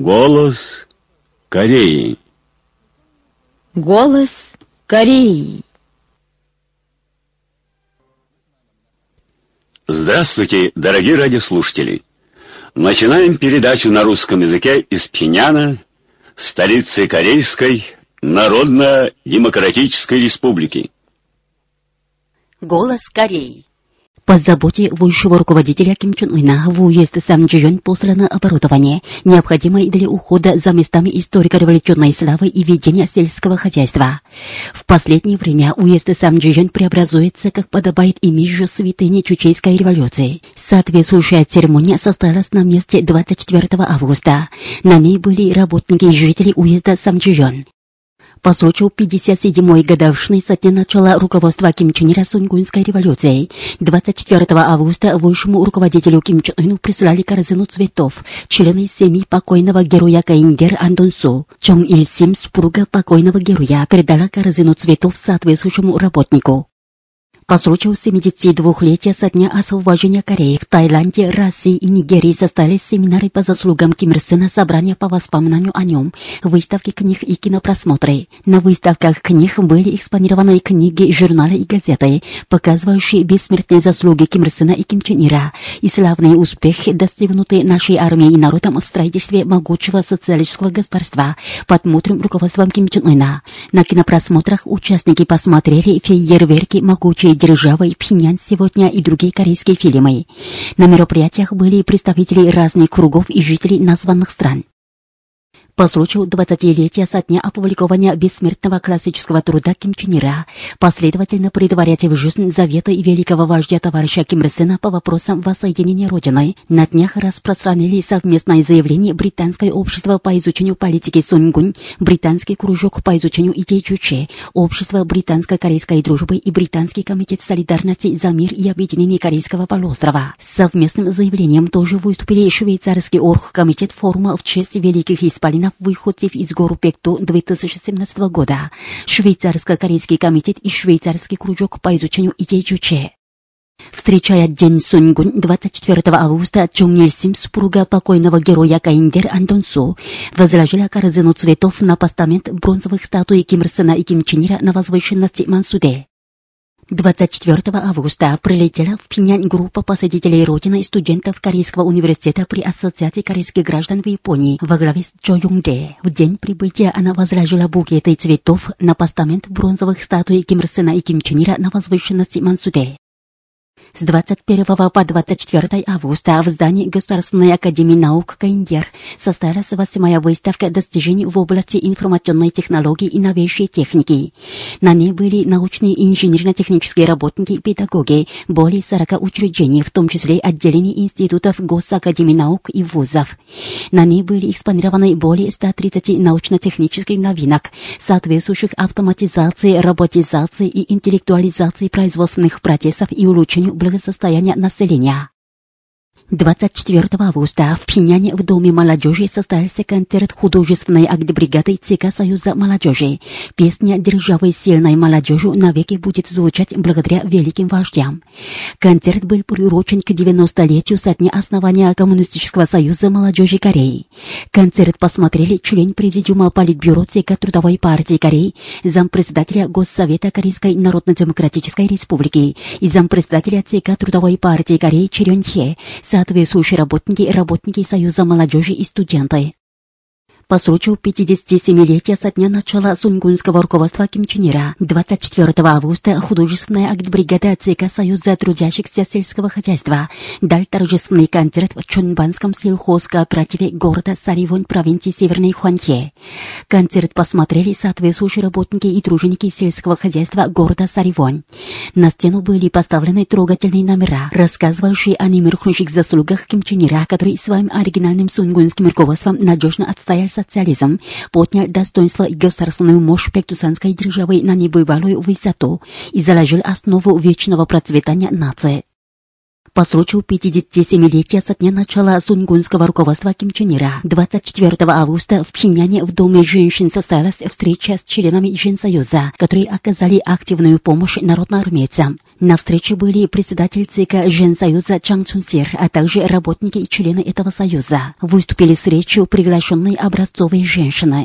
Голос Кореи. Голос Кореи. Здравствуйте, дорогие радиослушатели! Начинаем передачу на русском языке из Пхеньяна, столицы Корейской Народно-Демократической Республики. Голос Кореи. По заботе высшего руководителя Ким Чен Ына в уезд Самджион послано оборудование, необходимое для ухода за местами историко-революционной славы и ведения сельского хозяйства. В последнее время уезд Самджион преобразуется, как подобает имиджу святыни Чучейской революции. Соответствующая церемония состоялась на месте 24 августа. На ней были работники и жители уезда Самджион. По случаю 57-й годовщины со дня начала руководства Ким Чен Ира Сунгунской революцией 24 августа высшему руководителю Ким Чен Ыну прислали корзину цветов члены семьи покойного героя КНДР Андон Су. Чон Ил Сим, супруга покойного героя, передала корзину цветов соответствующему работнику. По случаю 72-летия со дня освобождения Кореи в Таиланде, России и Нигерии состоялись семинары по заслугам Ким Ир Сена, собрания по воспоминанию о нем, выставки книг и кинопросмотры. На выставках книг были экспонированы книги, журналы и газеты, показывающие бессмертные заслуги Ким Ир Сена и Ким Чен Ира и славные успехи, достигнутые нашей армией и народом в строительстве могучего социалистического государства под мудрым руководством Ким Чен Ына. На кинопросмотрах участники посмотрели фейерверки «Могучие державы», «Пхеньян сегодня» и другие корейские фильмы. На мероприятиях были представители разных кругов и жителей названных стран. По случаю 20-летия со дня опубликования бессмертного классического труда Ким Чен Ира, последовательно претворять в жизнь заветы великого вождя товарища Ким Ир Сена по вопросам воссоединения Родины, на днях распространили совместное заявление Британское общество по изучению политики Сунгун, Британский кружок по изучению идей Чуче, Общество британско-корейской дружбы и Британский комитет солидарности за мир и объединение Корейского полуострова. С совместным заявлением тоже выступили швейцарский оргкомитет форума в честь великих исполинов выходцев из гор Пекту 2017 года, Швейцарско-корейский комитет и Швейцарский кружок по изучению идей Чуче. Встречая День Сунгун 24 августа, Чон Ил Сим, супруга покойного героя КНДР Андон Су, возложила корзину цветов на постамент бронзовых статуй Ким Ир Сена и Ким Чен Ира на возвышенности Мансуде. 24 августа прилетела в Пхеньян группа посетителей Родины и студентов Корейского университета при Ассоциации корейских граждан в Японии во главе с Чо Юнг-де. В день прибытия она возложила букеты цветов на постамент бронзовых статуй Ким Ир Сена и Ким Чен Ира на возвышенности Мансуде. С 21 по 24 августа в здании Государственной академии наук КНДР состоялась 8-я выставка достижений в области информационной технологии и новейшей техники. На ней были научные и инженерно-технические работники и педагоги более 40 учреждений, в том числе отделений институтов Госакадемии наук и вузов. На ней были экспонированы более 130 научно-технических новинок, соответствующих автоматизации, роботизации и интеллектуализации производственных процессов и улучшению благосостояния населения. 24 августа в Пхеньяне в Доме молодежи состоялся концерт художественной агитбригады ЦК Союза молодежи. Песня «Державой сильной молодежью» навеки будет звучать благодаря великим вождям. Концерт был приурочен к 90-летию со дня основания Коммунистического союза молодежи Кореи. Концерт посмотрели член Президиума Политбюро ЦК Трудовой партии Кореи, зампредседателя Госсовета Корейской Народно-Демократической Республики и зампредседателя ЦК Трудовой партии Кореи Чирён Хе, соответствующие работники Союза молодежи и студенты. По случаю 57-летия со дня начала сунгунского руководства Ким Чен Ира 24 августа художественная агитбригада ЦК Союза трудящихся сельского хозяйства дал торжественный концерт в Чонбанском сельхозкооперативе города Саривон провинции Северной Хванхе. Концерт посмотрели соответствующие работники и труженики сельского хозяйства города Саривон. На стену были поставлены трогательные номера, рассказывающие о немеркнущих заслугах Ким Чен Ира, который своим оригинальным сунгунским руководством надежно отстоял социализм, поднял достоинство и государственную мощь пектусанской державы на небывалую высоту и заложил основу вечного процветания нации. По случаю 57-летия со дня начала сунгунского руководства Ким Чен Ира 24 августа в Пхеньяне в Доме женщин состоялась встреча с членами Женсоюза, которые оказали активную помощь народноармейцам. На встрече были председатель ЦК Женсоюза Чан Цун Сир, а также работники и члены этого союза. Выступили с речью приглашенные образцовые женщины.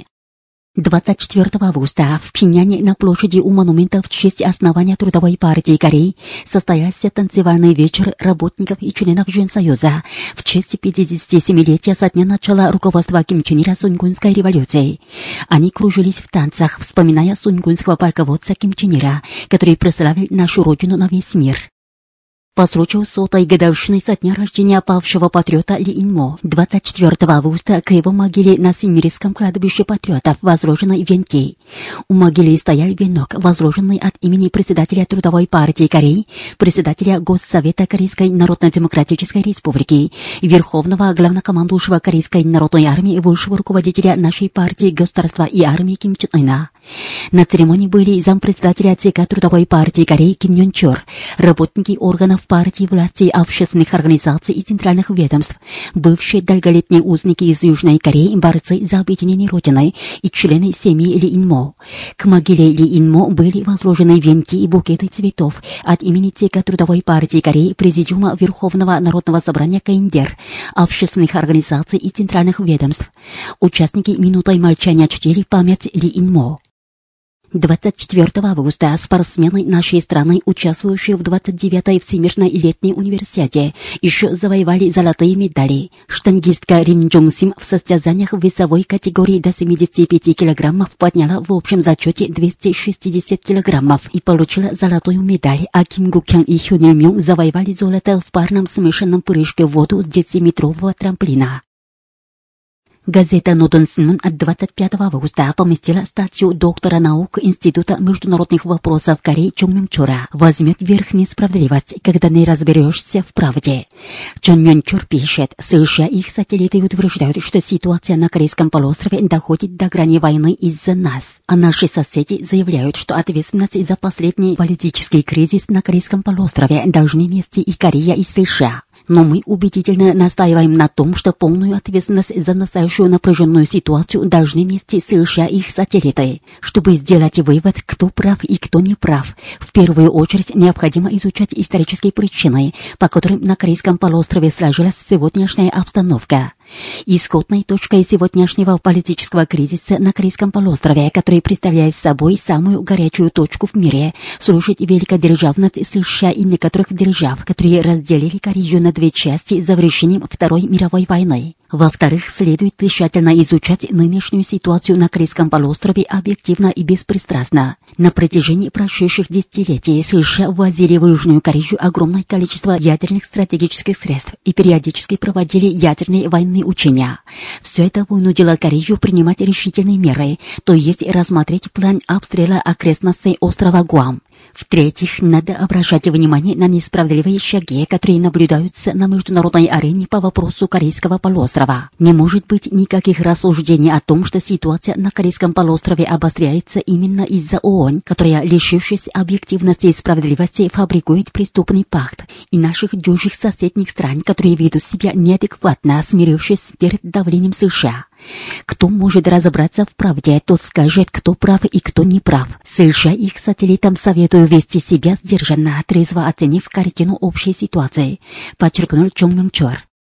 24 августа в Пхеньяне на площади у монумента в честь основания Трудовой партии Кореи состоялся танцевальный вечер работников и членов Женсоюза в честь 57-летия со дня начала руководства Ким Чен Ира Сунгунской революции. Они кружились в танцах, вспоминая сунгунского полководца Ким Чен Ира, который прославил нашу родину на весь мир. По случаю 100-й годовщины со дня рождения павшего патриота Ли Ин-мо 24 августа к его могиле на Симирском кладбище патриотов возложены венки. У могилы стоял венок, возложенный от имени председателя Трудовой партии Кореи, председателя Госсовета Корейской Народно-Демократической Республики, верховного главнокомандующего Корейской народной армии, высшего руководителя нашей партии, государства и армии Ким Чен Ына. На церемонии были зампредседателя ЦК Трудовой партии Кореи Ким Йон Чор, работники органов партии, власти, общественных организаций и центральных ведомств, бывшие долголетние узники из Южной Кореи, борцы за объединение Родины и члены семьи Ли Ин-мо. К могиле Ли Ин-мо были возложены венки и букеты цветов от имени ЦК Трудовой партии Кореи, Президиума Верховного Народного собрания КНДР, общественных организаций и центральных ведомств. Участники минутой молчания чтили память Ли Ин-мо. 24 августа спортсмены нашей страны, участвующие в 29-й Всемирной летней универсиаде, еще завоевали золотые медали. Штангистка Рим Джонг Сим в состязаниях в весовой категории до 75 килограммов подняла в общем зачете 260 килограммов и получила золотую медаль, а Ким Гук Хён и Хён Ил Мюн завоевали золото в парном смешанном прыжке в воду с 10-метрового трамплина. Газета «Нодон Синмун» от 25 августа поместила статью доктора наук Института международных вопросов Кореи Чон Мён Чора «Возьмет верх несправедливость, когда не разберешься в правде». Чон Мён Чор пишет, США и их сателлиты утверждают, что ситуация на Корейском полуострове доходит до грани войны из-за нас. А наши соседи заявляют, что ответственность за последний политический кризис на Корейском полуострове должны нести и Корея, и США. Но мы убедительно настаиваем на том, что полную ответственность за настоящую напряженную ситуацию должны нести США и их сателлиты. Чтобы сделать вывод, кто прав и кто не прав, в первую очередь необходимо изучать исторические причины, по которым на Корейском полуострове сложилась сегодняшняя обстановка. Исходной точкой сегодняшнего политического кризиса на Корейском полуострове, который представляет собой самую горячую точку в мире, служит великодержавность США и некоторых держав, которые разделили Корею на две части за завершением Второй мировой войны. Во-вторых, следует тщательно изучать нынешнюю ситуацию на Корейском полуострове объективно и беспристрастно. На протяжении прошедших десятилетий США ввозили в Южную Корею огромное количество ядерных стратегических средств и периодически проводили ядерные военные учения. Все это вынудило Корею принимать решительные меры, то есть рассмотреть план обстрела окрестностей острова Гуам. В-третьих, надо обращать внимание на несправедливые шаги, которые наблюдаются на международной арене по вопросу Корейского полуострова. Не может быть никаких рассуждений о том, что ситуация на Корейском полуострове обостряется именно из-за ООН, которая, лишившись объективности и справедливости, фабрикует преступный пакт, и наших чужих соседних стран, которые ведут себя неадекватно, смирившись перед давлением США. Кто может разобраться в правде, тот скажет, кто прав и кто не прав. США и их сателлитам советую вести себя сдержанно, трезво оценив картину общей ситуации, подчеркнул Чон Мён Чор.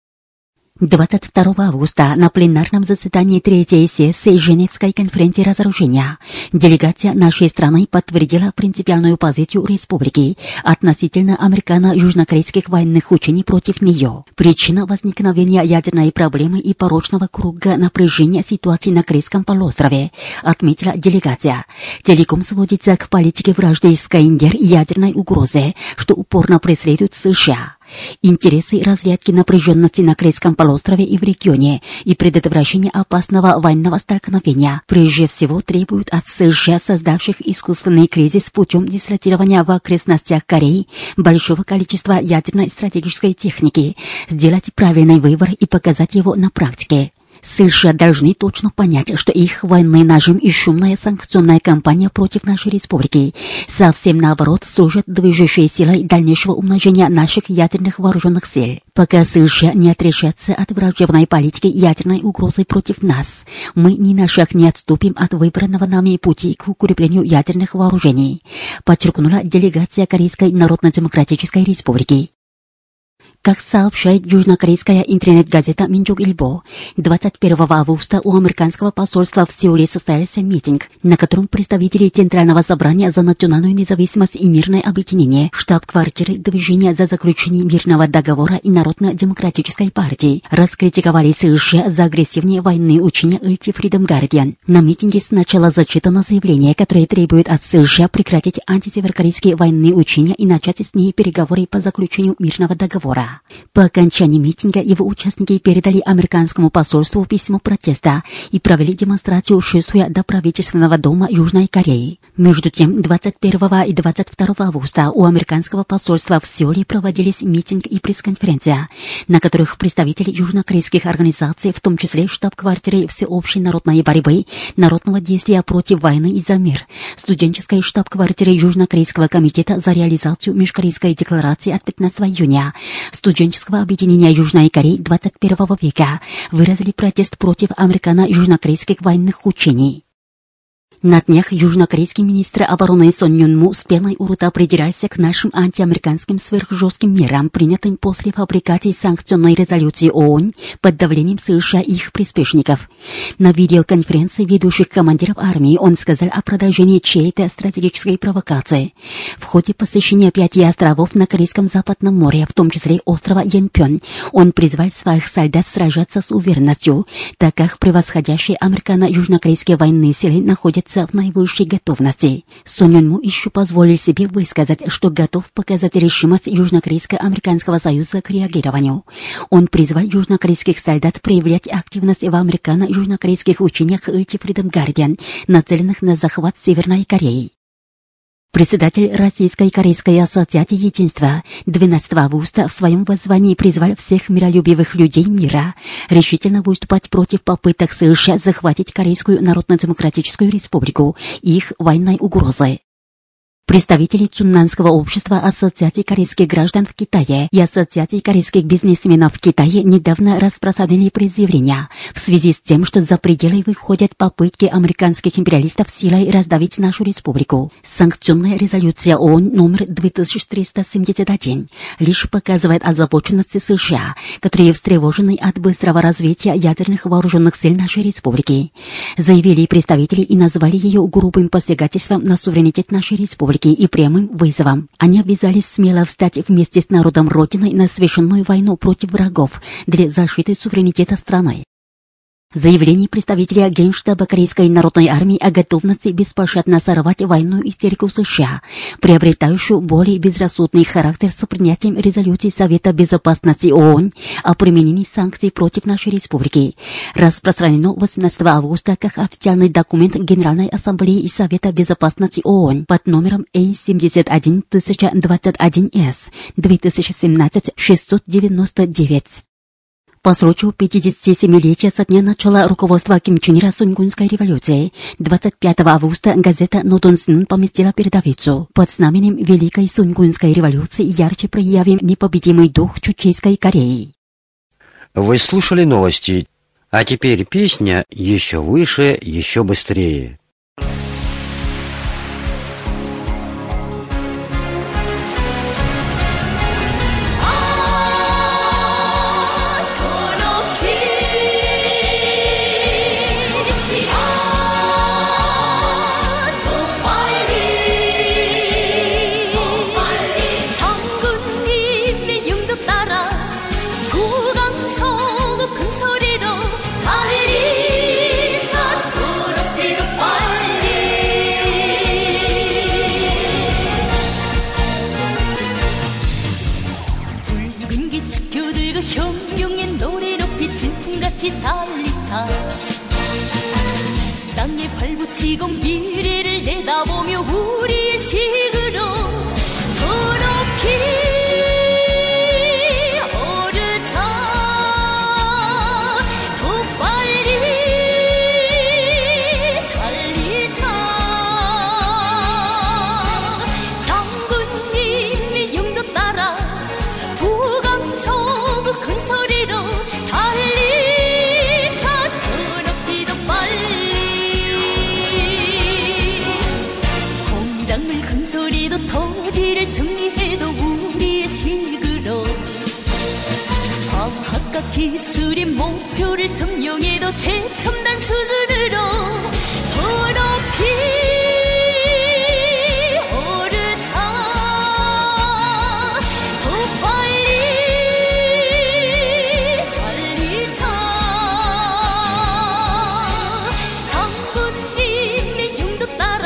22 августа на пленарном заседании третьей сессии Женевской конференции разоружения делегация нашей страны подтвердила принципиальную позицию республики относительно американо-южнокорейских военных учений против нее. Причина возникновения ядерной проблемы и порочного круга напряжения ситуации на Корейском полуострове, отметила делегация, целиком сводится к политике вражды с КНДР и ядерной угрозе, что упорно преследует США. Интересы разрядки напряженности на Корейском полуострове и в регионе и предотвращения опасного военного столкновения прежде всего требуют от США, создавших искусственный кризис путем дислоцирования в окрестностях Кореи большого количества ядерной стратегической техники, сделать правильный выбор и показать его на практике. США должны точно понять, что их военный нажим и шумная санкционная кампания против нашей республики совсем наоборот служат движущей силой дальнейшего умножения наших ядерных вооруженных сил. Пока США не отрешатся от враждебной политики ядерной угрозы против нас, мы ни на шаг не отступим от выбранного нами пути к укреплению ядерных вооружений, подчеркнула делегация Корейской Народно-Демократической Республики. Как сообщает южнокорейская интернет-газета «Минчок-Ильбо», 21 августа у американского посольства в Сеуле состоялся митинг, на котором представители Центрального собрания за национальную независимость и мирное объединение, штаб-квартиры Движения за заключение мирного договора и Народно-демократической партии раскритиковали США за агрессивные военные учения Ulti Freedom Guardian. На митинге сначала зачитано заявление, которое требует от США прекратить антисеверокорейские военные учения и начать с ней переговоры по заключению мирного договора. По окончании митинга его участники передали американскому посольству письмо протеста и провели демонстрацию, шествуя до правительственного дома Южной Кореи. Между тем, 21 и 22 августа у американского посольства в Сеуле проводились митинг и пресс-конференция, на которых представители южнокорейских организаций, в том числе штаб-квартиры Всеобщей народной борьбы, Народного действия против войны и за мир, студенческой штаб-квартиры Южнокорейского комитета за реализацию Межкорейской декларации от 15 июня, студенческого объединения Южной Кореи 21 века выразили протест против американо-южнокорейских военных учений. На днях южнокорейский министр обороны Сон Юн Му с пеной у рта придирался к нашим антиамериканским сверхжестким мерам, принятым после фабрикации санкционной резолюции ООН под давлением США и их приспешников. На видеоконференции ведущих командиров армии он сказал о продолжении чьей-то стратегической провокации. В ходе посещения 5 островов на Корейском Западном море, в том числе острова Янпён, он призвал своих солдат сражаться с уверенностью, так как превосходящие американо-южнокорейские военные силы находятся в наивысшей готовности. Сон Юн Му еще позволил себе высказать, что готов показать решимость Южнокорейско-Американского союза к реагированию. Он призвал южнокорейских солдат проявлять активность в американо-южнокорейских учениях Ulti Freedom Guardian, нацеленных на захват Северной Кореи. Председатель Российской Корейской ассоциации единства 12 августа в своем воззвании призвал всех миролюбивых людей мира решительно выступать против попыток США захватить Корейскую Народно-демократическую республику и их военной угрозы. Представители Цуннанского общества Ассоциации корейских граждан в Китае и Ассоциации корейских бизнесменов в Китае недавно распространили предъявления в связи с тем, что за пределы выходят попытки американских империалистов силой раздавить нашу республику. Санкционная резолюция ООН номер 2371 лишь показывает озабоченность США, которые встревожены от быстрого развития ядерных вооруженных сил нашей республики. Заявили представители и назвали ее грубым посягательством на суверенитет нашей республики и прямым вызовом. Они обязались смело встать вместе с народом Родины на священную войну против врагов для защиты суверенитета страны. Заявление представителя Генштаба Корейской народной армии о готовности беспощадно сорвать военную истерику США, приобретающую более безрассудный характер с принятием резолюции Совета Безопасности ООН о применении санкций против нашей республики, распространено 18 августа как официальный документ Генеральной Ассамблеи и Совета Безопасности ООН под номером A71-1021-S 2017-699. По случаю 57-летия со дня начала руководства Ким Чен Ира Сунгунской революции 25 августа газета «Нодон Син» поместила передовицу под знаменем Великой Сунгунской революции ярче проявим непобедимый дух Чучейской Кореи. Вы слушали новости, а теперь песня «Еще выше, еще быстрее». 달리자 땅에 발붙이고 미래를 내다보며 우리의 식으로 더 높이 오르자 더 빨리 기술의 목표를 점령해도 최첨단 수준으로 더 높이 오르자. 더 빨리 달리자. 장군님의 용도 따라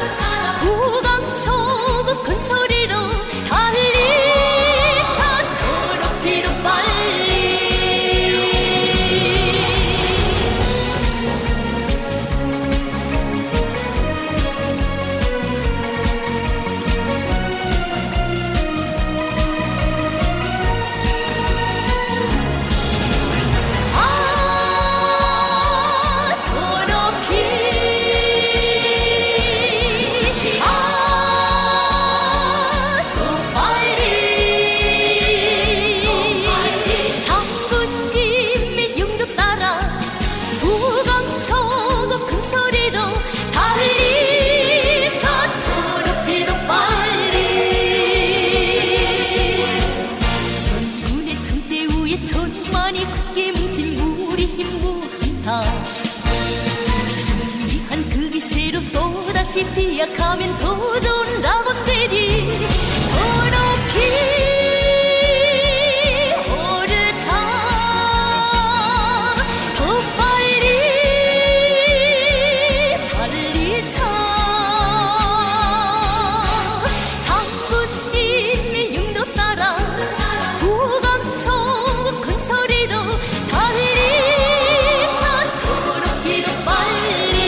구강초급 큰 소리로 달리자. 더 높이 더 빨리. 비약하면 더 좋은 라곤들이 더 높이 오르자. 더 빨리 달리자. 장군님의 용도 따라 구강초 큰 소리로 달리자. 더 높이 더 빨리.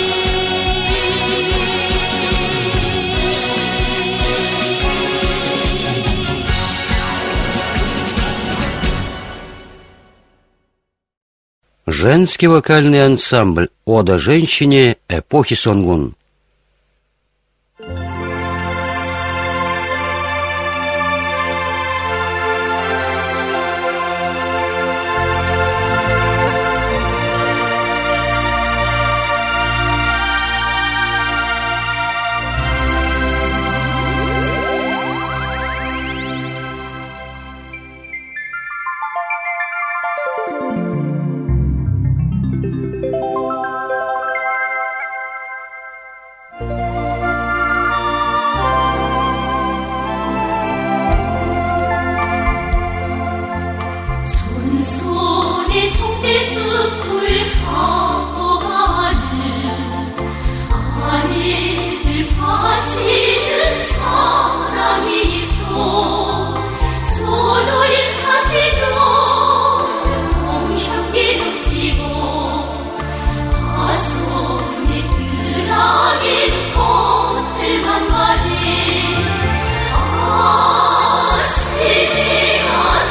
Женский вокальный ансамбль «Ода женщине» эпохи Сонгун. 손에 총대숲을 타고 가는 아내들 바치는 사람이 있어. 전호인 사시죠. 엄향게 넘치고 가슴이 뜰하긴 꽃들만 말해. 시대가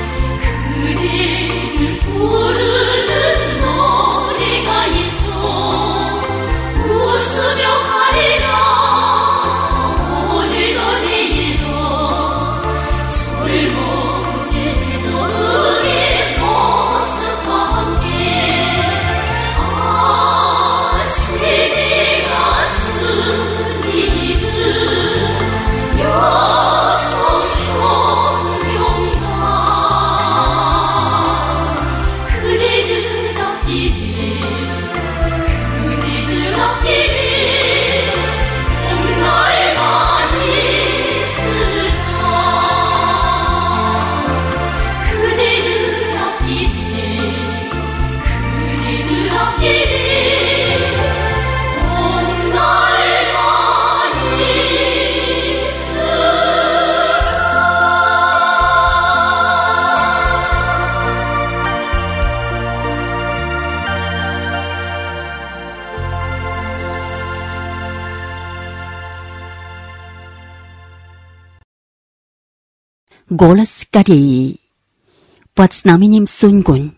부르는 노래가 있어. Голос Кореи под знаменем Сунгун.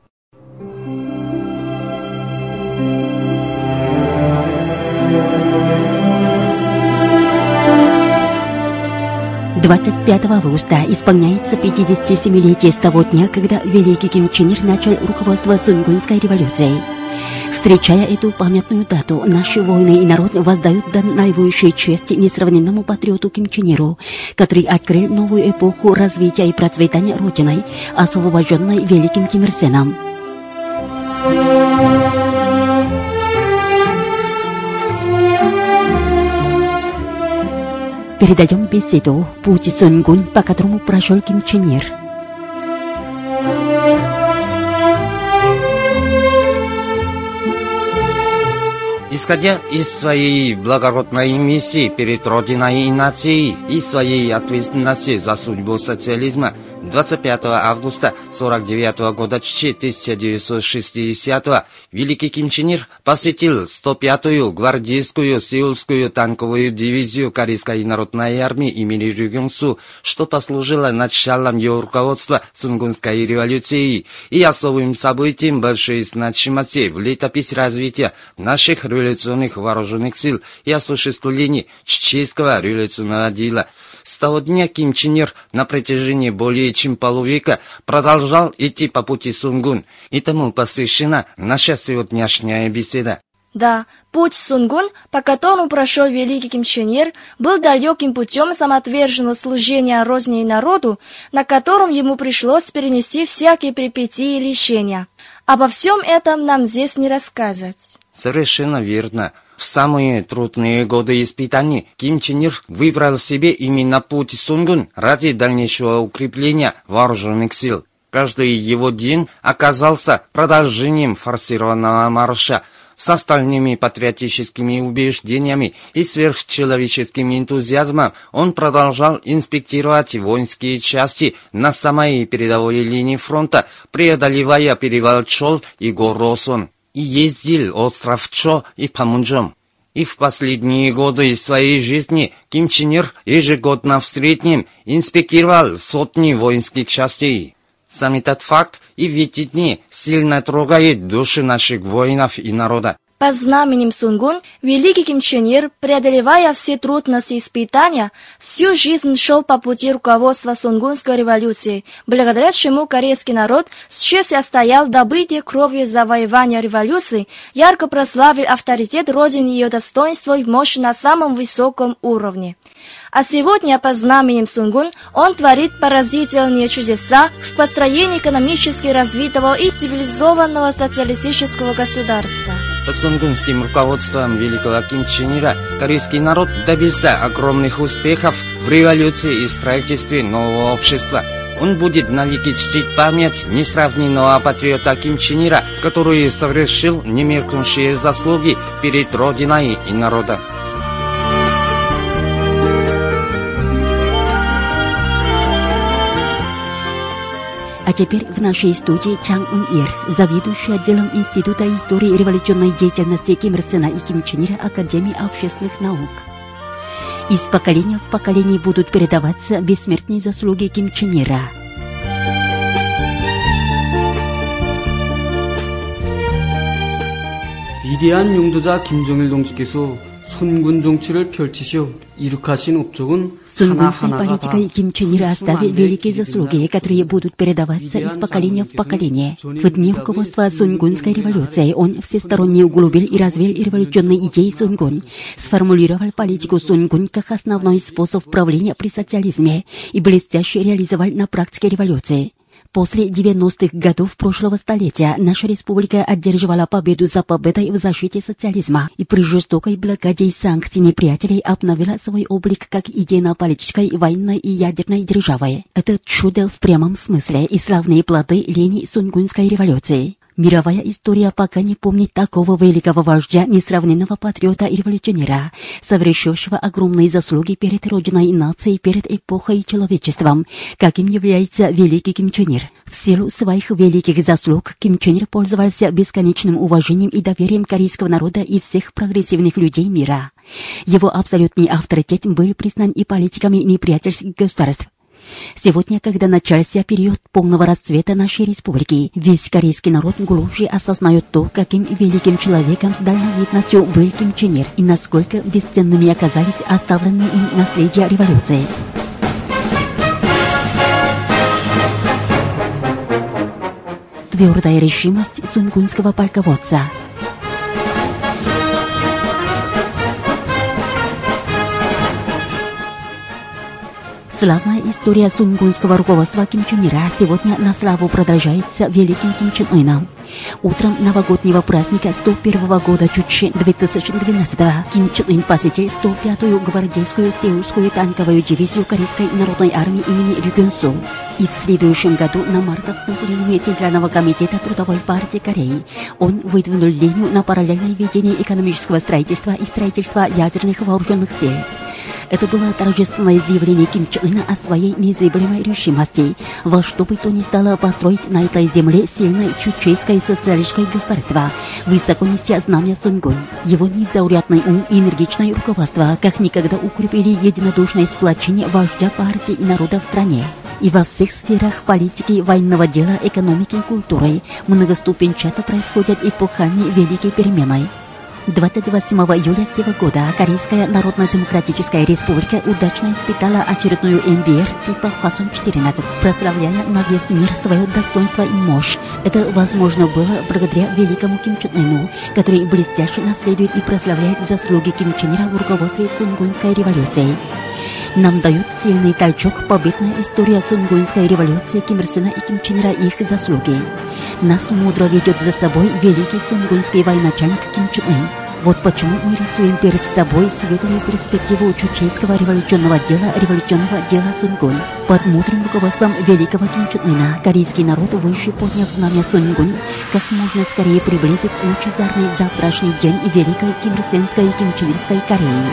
августа исполняется 57-летие с того дня, когда великий Ким Чен Ир начал руководство Сунгунской революцией. Встречая эту памятную дату, наши воины и народ воздают наивысшей чести несравненному патриоту Ким Чен Иру, который открыл новую эпоху развития и процветания Родиной, освобожденной великим Ким Ир Сеном. Передаем беседу «Путь Сунгун», по которому прошел Ким Чен Ир. Исходя из своей благородной миссии перед Родиной и нацией и своей ответственности за судьбу социализма, 25 августа 1949 года 1960 великий Ким Чен Ир посетил 105-ю гвардейскую сеульскую танковую дивизию Корейской народной армии имени Рю Кёng-су, что послужило началом ее руководства Сунгунской революцией и особым событием большой значимости в летопись развития наших революционных вооруженных сил и осуществлении чеченского революционного дела. С того дня Ким Чен Ир на протяжении более чем полувека продолжал идти по пути Сунгун, и тому посвящена наша сегодняшняя беседа. Да, путь Сунгун, по которому прошел великий Ким Чен Ир, был далеким путем самоотверженного служения розни и народу, на котором ему пришлось перенести всякие перипетии и лишения. Обо всем этом нам здесь не рассказывать. Совершенно верно. В самые трудные годы испытаний Ким Чен Ир выбрал себе именно путь Сунгун ради дальнейшего укрепления вооруженных сил. Каждый его день оказался продолжением форсированного марша. С остальными патриотическими убеждениями и сверхчеловеческим энтузиазмом он продолжал инспектировать воинские части на самой передовой линии фронта, преодолевая перевал Чол и гору Осон. И ездил остров Чо и Памунджом. И в последние годы своей жизни Ким Чен Ир ежегодно в среднем инспектировал сотни воинских частей. Сам этот факт и в эти дни сильно трогает души наших воинов и народа. Под знаменем Сунгун великий Ким Чен Ир, преодолевая все трудности и испытания, всю жизнь шел по пути руководства Сунгунской революции, благодаря чему корейский народ с честью стоял добытие кровью завоевания революции, ярко прославил авторитет Родины и ее достоинство и мощь на самом высоком уровне. А сегодня под знаменем Сунгун он творит поразительные чудеса в построении экономически развитого и цивилизованного социалистического государства. Под сунгунским руководством великого Ким Чен Ира корейский народ добился огромных успехов в революции и строительстве нового общества. Он будет навеки чтить память несравненного патриота Ким Чен Ира, который совершил немеркнущие заслуги перед Родиной и народом. А теперь в нашей студии Чан Ун-ир, заведующий отделом Института истории революционной деятельности Ким Ир Сена и Ким Чен Ира Академии общественных наук. Из поколения в поколение будут передаваться бессмертные заслуги Ким Чен Ира. 위대한 용도자 김정일 동지께서 순군 정치를 펼치셔 이룩하신 업적은 Сунгунской политикой Ким Чен Ир оставил великие заслуги, которые будут передаваться из поколения в поколение. В дни руководства Сунгунской революцией он всесторонне углубил и развил революционные идеи Сунгун, сформулировал политику Сунгун как основной способ правления при социализме и блестяще реализовал на практике революции. После 90-х годов прошлого столетия наша республика одерживала победу за победой в защите социализма и при жестокой блокаде санкций неприятелей обновила свой облик как идейно-политической, военной и ядерной державы. Это чудо в прямом смысле и славные плоды линии Сунгунской революции. Мировая история пока не помнит такого великого вождя, несравненного патриота и революционера, совершившего огромные заслуги перед Родиной и нацией, перед эпохой и человечеством, каким является великий Ким Чен Ир. В силу своих великих заслуг Ким Чен Ир пользовался бесконечным уважением и доверием корейского народа и всех прогрессивных людей мира. Его абсолютный авторитет был признан и политиками неприятельских государств. Сегодня, когда начался период полного расцвета нашей республики, весь корейский народ глубже осознает то, каким великим человеком с дальновидностью был Ким Чен Ир и насколько бесценными оказались оставленные им наследия революции. Твердая решимость сунгунского полководца. Славная история сунгунского руководства Ким Чен Ира сегодня на славу продолжается великим Ким Чен Ыном. Утром новогоднего праздника 101 года Чучхе 2012 Ким Чен Ын посетил 105-ю гвардейскую сеульскую танковую дивизию Корейской народной армии имени Рю Кён Су. И в следующем году на мартовском пленуме Центрального комитета Трудовой партии Кореи он выдвинул линию на параллельное ведение экономического строительства и строительства ядерных вооруженных сил. Это было торжественное заявление Ким Чен Ына о своей незыблемой решимости во что бы то ни стало построить на этой земле сильное чучхейское социалистическое государство, высоко неся знамя Сунгун. Его незаурядный ум и энергичное руководство как никогда укрепили единодушное сплочение вождя партии и народа в стране. И во всех сферах политики, военного дела, экономики и культуры многоступенчато происходят эпохальные великие перемены. 28 июля сего года Корейская Народно-Демократическая Республика удачно испытала очередную МБР типа Хвасон-14, прославляя на весь мир свое достоинство и мощь. Это возможно было благодаря великому Ким Чен Ыну, который блестяще наследует и прославляет заслуги Ким Чен Ира в руководстве Сунгунской революции. Нам дает сильный толчок победная история Сунгунской революции Ким Ир Сена и Ким Чен Ира и их заслуги. Нас мудро ведет за собой великий сунгунский военачальник Ким Чен Ын. Вот почему мы рисуем перед собой светлую перспективу чучхейского революционного дела Сунгун. Под мудрым руководством великого Ким Чен Ына корейский народ, выше подняв знамя Сунгун, как можно скорее приблизит лучезарный завтрашний день великой Ким Ир Сенской и Ким Чен Ирской Кореи.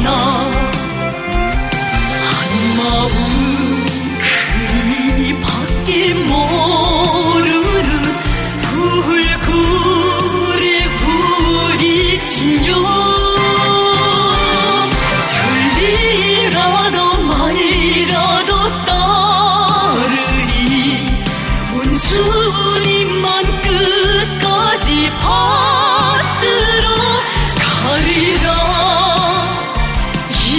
한마음 그이밖에 모르는 불굴의 불이시여 진리라도 말이라도 따르리 원수님만 끝까지 받들어 가리라 이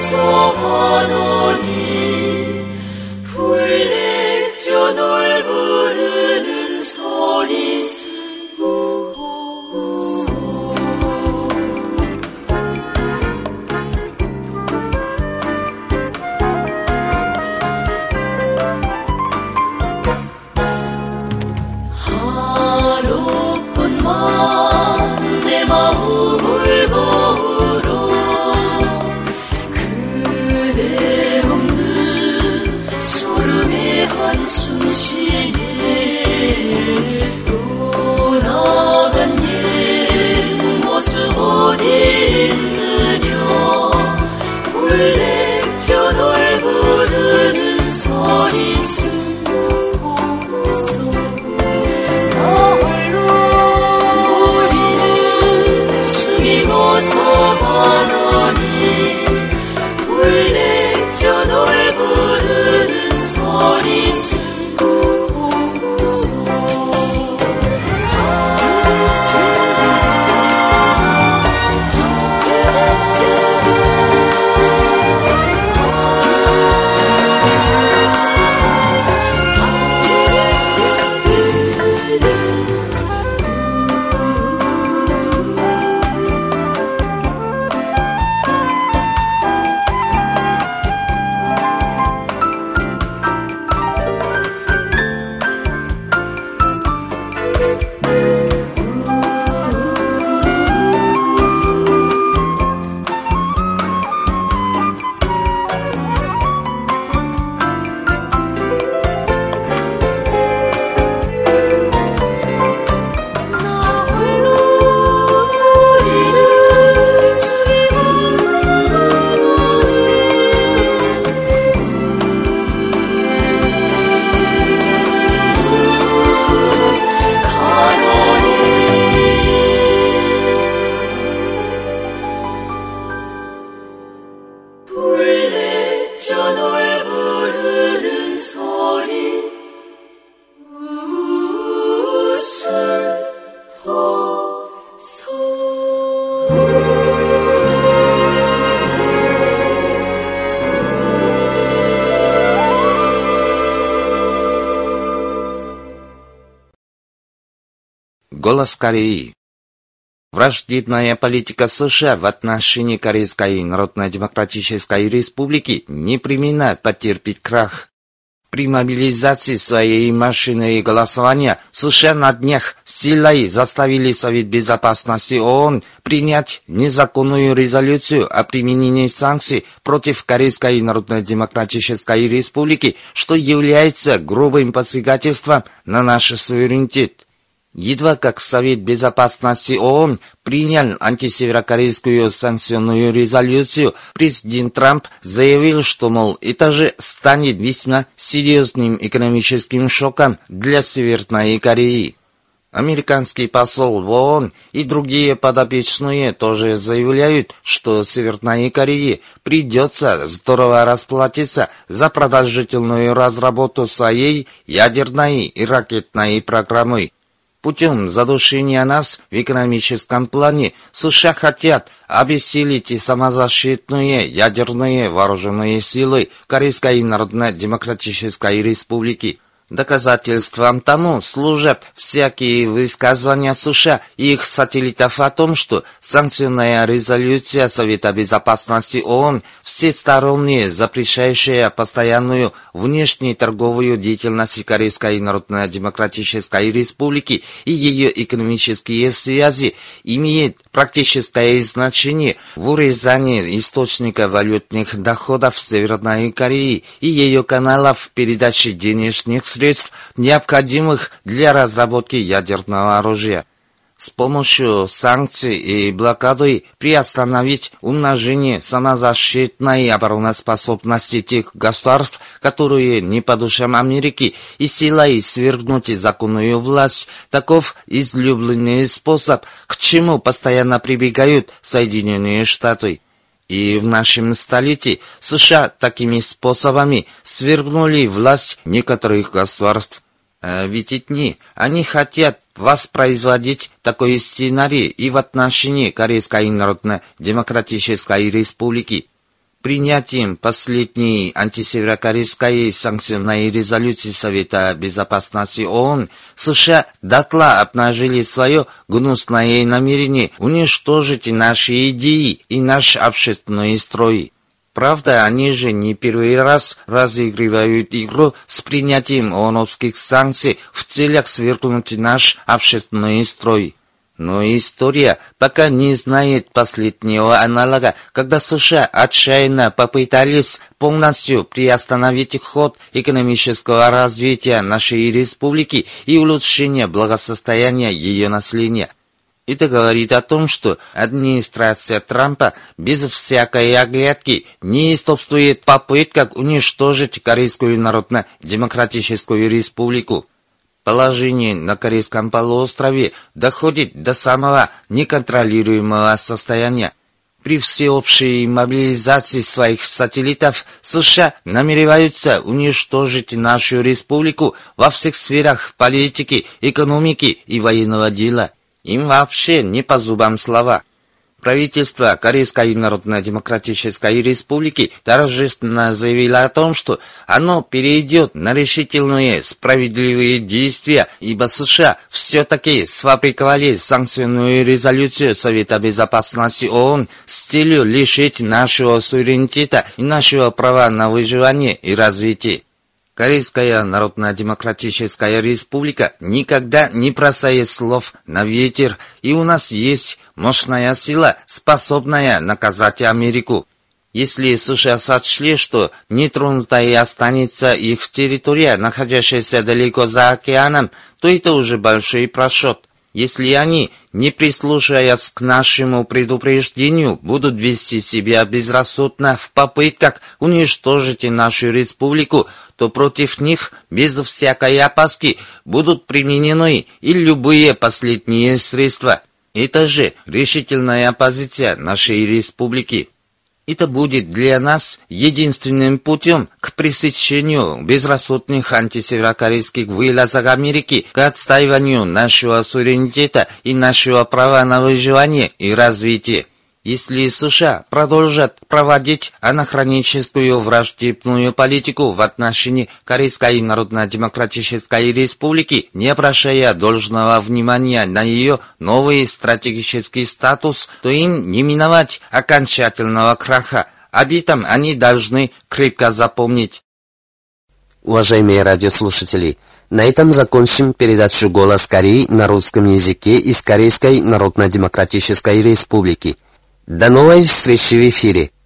고소하노니 불내저 널 부르는 소리 쓰고서 하루뿐만 내 마음을 거울어 그대 없는 소름의 한숨쉬에 떠나간 내 모습 어디 있느냐 불내켜 널 부르는 소리 쓰고서 나 홀로 머리를 숙이고서 가노니 불내켜 널 부르는 소리 쓰고서 불내쳐 널 부르는 소리 Голос Кореи. Враждебная политика США в отношении Корейской Народно-Демократической Республики не преминает потерпеть крах. При мобилизации своей машины голосования США на днях силой заставили Совет Безопасности ООН принять незаконную резолюцию о применении санкций против Корейской Народно-Демократической Республики, что является грубым посягательством на наш суверенитет. Едва как Совет Безопасности ООН принял антисеверокорейскую санкционную резолюцию, президент Трамп заявил, что, мол, это же станет весьма серьезным экономическим шоком для Северной Кореи. Американский посол в ООН и другие подопечные тоже заявляют, что Северной Корее придется здорово расплатиться за продолжительную разработку своей ядерной и ракетной программы. Путем задушения нас в экономическом плане США хотят обессилить и самозащитные ядерные вооруженные силы Корейской Народно-Демократической Республики. Доказательством тому служат всякие высказывания США и их сателлитов о том, что санкционная резолюция Совета Безопасности ООН, всесторонне запрещающая постоянную внешнеторговую деятельность Корейской Народно-Демократической Республики и ее экономические связи, имеет практическое значение в урезании источника валютных доходов Северной Кореи и ее каналов передачи денежных средств, необходимых для разработки ядерного оружия. С помощью санкций и блокады приостановить умножение самозащитной обороноспособности тех государств, которые не по душам Америки, и силой свергнуть законную власть. Таков излюбленный способ, к чему постоянно прибегают Соединенные Штаты. И в нашем столетии США такими способами свергнули власть некоторых государств. Ведь они хотят воспроизводить такой сценарий и в отношении Корейской Народно-Демократической Республики. Принятием последней антисеверокорейской санкционной резолюции Совета Безопасности ООН США дотла обнажили свое гнусное намерение уничтожить наши идеи и наш общественный строй. Правда, они же не первый раз разыгрывают игру с принятием ООНовских санкций в целях свергнуть наш общественный строй. Но история пока не знает последнего аналога, когда США отчаянно попытались полностью приостановить ход экономического развития нашей республики и улучшения благосостояния ее населения. Это говорит о том, что администрация Трампа без всякой оглядки неистовствует в попытках уничтожить Корейскую Народно-Демократическую Республику. Положение на Корейском полуострове доходит до самого неконтролируемого состояния. При всеобщей мобилизации своих сателлитов США намереваются уничтожить нашу республику во всех сферах политики, экономики и военного дела. Им вообще не по зубам слова. Правительство Корейской Народно-Демократической Республики торжественно заявило о том, что оно перейдет на решительные, справедливые действия, ибо США все-таки сфабриковали санкционную резолюцию Совета Безопасности ООН с целью лишить нашего суверенитета и нашего права на выживание и развитие. Корейская Народно-Демократическая Республика никогда не бросает слов на ветер, и у нас есть мощная сила, способная наказать Америку. Если США сочли, что нетронутой останется их территория, находящаяся далеко за океаном, то это уже большой просчет. Если они, не прислушиваясь к нашему предупреждению, будут вести себя безрассудно в попытках уничтожить нашу республику, то против них без всякой опаски будут применены и любые последние средства. Это же решительная позиция нашей республики. Это будет для нас единственным путем к пресечению безрассудных антисеверокорейских вылазок Америки, к отстаиванию нашего суверенитета и нашего права на выживание и развитие. Если США продолжат проводить анахроническую враждебную политику в отношении Корейской Народно-Демократической Республики, не обращая должного внимания на ее новый стратегический статус, то им не миновать окончательного краха. Об этом они должны крепко запомнить. Уважаемые радиослушатели, на этом закончим передачу «Голос Кореи» на русском языке из Корейской Народно-Демократической Республики. До новой встречи в эфире.